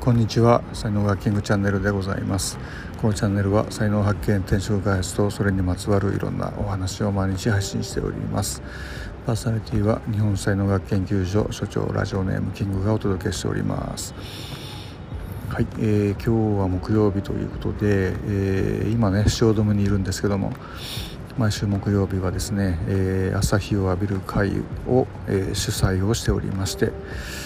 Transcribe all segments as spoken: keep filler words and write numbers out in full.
こんにちは。才能ハッキングチャンネルでございます。このチャンネルは才能発見、転職開発とそれにまつわるいろんなお話を毎日発信しております。パーソナリティは日本才能学研究所所長ラジオネームキングがお届けしております。はい、えー、今日は木曜日ということで、えー、今ね汐留にいるんですけども、毎週木曜日はですね、えー、朝日を浴びる会を、えー、主催をしておりまして、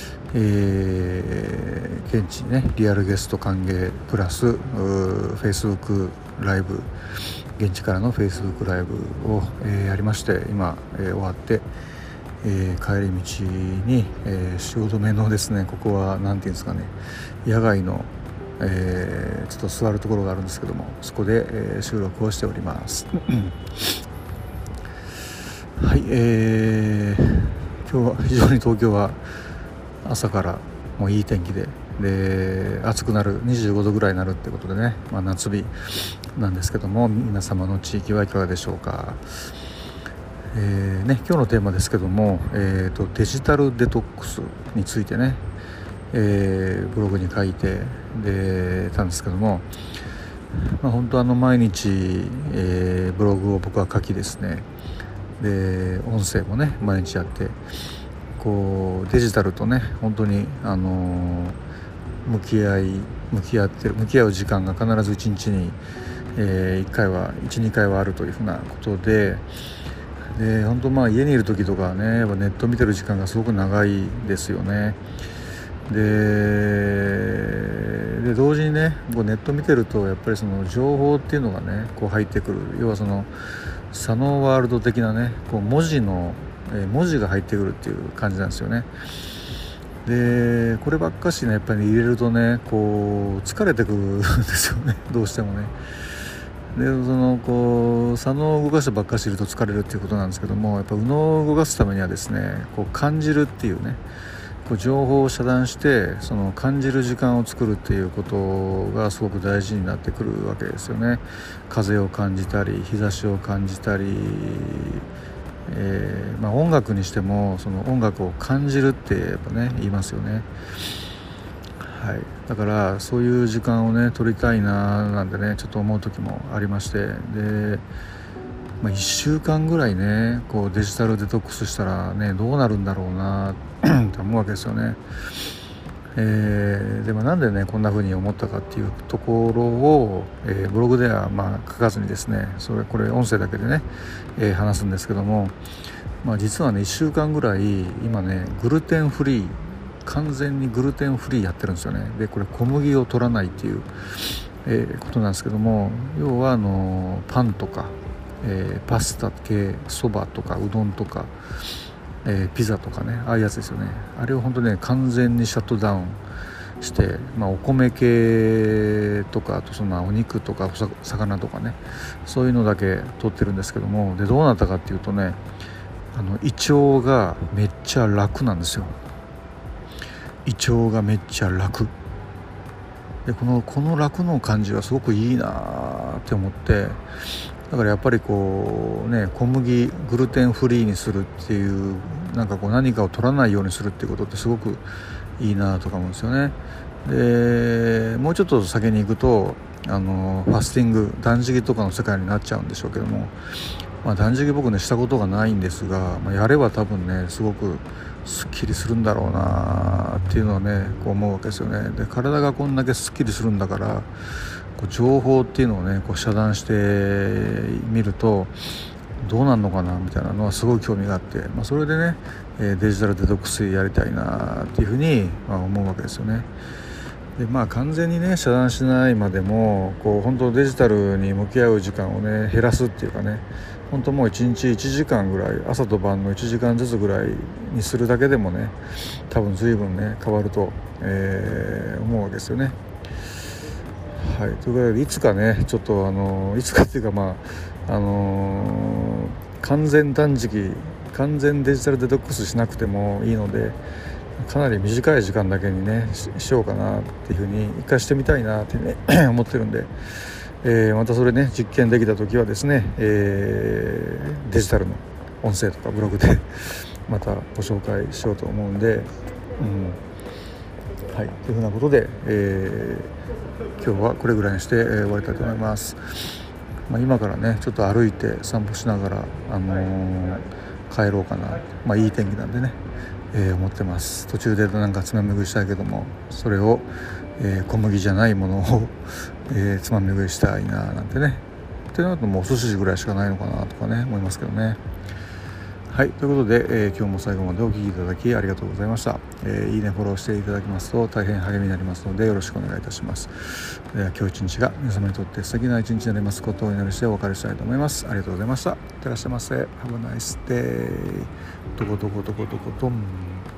えー、現地にねリアルゲスト歓迎プラス Facebook ライブ、現地からの Facebook ライブを、えー、やりまして、今、えー、終わって、えー、帰り道に、えー、汐留のですね、ここはなんていうんですかね、野外の、えー、ちょっと座るところがあるんですけども、そこで、えー、収録をしておりますはい、えー、今日は非常に東京は朝からもういい天気で、で暑くなるにじゅうごどぐらいになるってことでね、まあ、夏日なんですけども、皆様の地域はいかがでしょうか。えーね、今日のテーマですけども、えーと、デジタルデトックスについてね、えー、ブログに書いてでたんですけども、まあ、本当あの毎日、えー、ブログを僕は書きですね、で音声もね毎日やって、こうデジタルとね本当に、あのー、向き合い向き合ってる向き合う時間が必ずいちにちに、えー、いっかいはいち、にかいはあるというふうなことで、で本当まあ家にいる時とかはねやっぱネット見てる時間がすごく長いですよね。で, で同時にねこうネット見てるとやっぱりその情報っていうのがねこう入ってくる、要はその左脳ワールド的なねこう文字のえ文字が入ってくるっていう感じなんですよね。でこればっかしねやっぱり入れるとねこう疲れてくるんですよねどうしてもね。でそのこう左脳を動かしてばっかしいると疲れるっていうことなんですけども、やっぱ右脳を動かすためにはですねこう感じるっていうね、こう情報を遮断してその感じる時間を作るっていうことがすごく大事になってくるわけですよね。風を感じたり日差しを感じたり、えーまあ、音楽にしてもその音楽を感じるってやっぱね言いますよね。はい、だからそういう時間をね取りたいななんてねちょっと思う時もありまして、で、まあ、いっしゅうかんぐらいねこうデジタルデトックスしたらねどうなるんだろうなって思うわけですよね。えー、でもなんでねこんな風に思ったかっていうところを、えー、ブログではまあ書かずにですね、それこれ音声だけでね、えー、話すんですけども、まあ、実はねいっしゅうかんぐらい今ねグルテンフリー、完全にグルテンフリーやってるんですよね。でこれ小麦を取らないっていう、えー、ことなんですけども、要はあのパンとか、えー、パスタ系、そばとかうどんとか、えー、ピザとかね、ああいうやつですよね。あれを本当ね完全にシャットダウンして、まあ、お米系とかあとそのお肉とか魚とかね、そういうのだけ取ってるんですけども、でどうなったかっていうとね、あの胃腸がめっちゃ楽なんですよ。胃腸がめっちゃ楽で、このこの楽の感じはすごくいいなって思って、だからやっぱりこうね小麦グルテンフリーにするっていう、なんかこう何かを取らないようにするっていうことってすごくいいなとか思うんですよね。でもうちょっと先に行くとあのファスティング断食とかの世界になっちゃうんでしょうけども、まあ、断食僕ねしたことがないんですが、まあ、やれば多分ねすごくすっきりするんだろうなっていうのはねこう思うわけですよね。で体がこんだけすっきりするんだから、こう情報っていうのをねこう遮断してみるとどうなるのかなみたいなのはすごい興味があって、まあ、それでねデジタルデトックスやりたいなっていうふうに思うわけですよね。でまあ完全にね遮断しないまでもこう本当デジタルに向き合う時間をね減らすっていうかね、本当もういちにちいちじかんぐらい、朝と晩のいちじかんずつぐらいにするだけでもね多分随分ね変わると、えー、思うわけですよね。はい、ということでいつかねちょっとあのいつかっていうかまああのー、完全断食完全デジタルデトックスしなくてもいいので、かなり短い時間だけにね し, しようかなっていうふうに一回してみたいなって、ね、思ってるんで、えー、またそれね実験できた時はですね、えー、デジタルの音声とかブログでまたご紹介しようと思うんで、うんはい、というふうなことで、えー、今日はこれぐらいにして、えー、終わりたいと思います。まあ、今からねちょっと歩いて散歩しながら、あのー、帰ろうかな、まあ、いい天気なんでね、えー、思ってます。途中でなんかつまみ食いしたいけども、それを、えー、小麦じゃないものを、えー、つまみ食いしたいななんてね、ってなるともうお寿司ぐらいしかないのかなとかね思いますけどね。はい、ということで、えー、今日も最後までお聞きいただきありがとうございました。えー、いいねフォローしていただきますと大変励みになりますのでよろしくお願いいたします。では今日一日が皆様にとって素敵な一日になりますことをお祈りしてお別れしたいと思います。ありがとうございました。いってらっしゃいませ。Have a nice day。どこどこどこどこどん。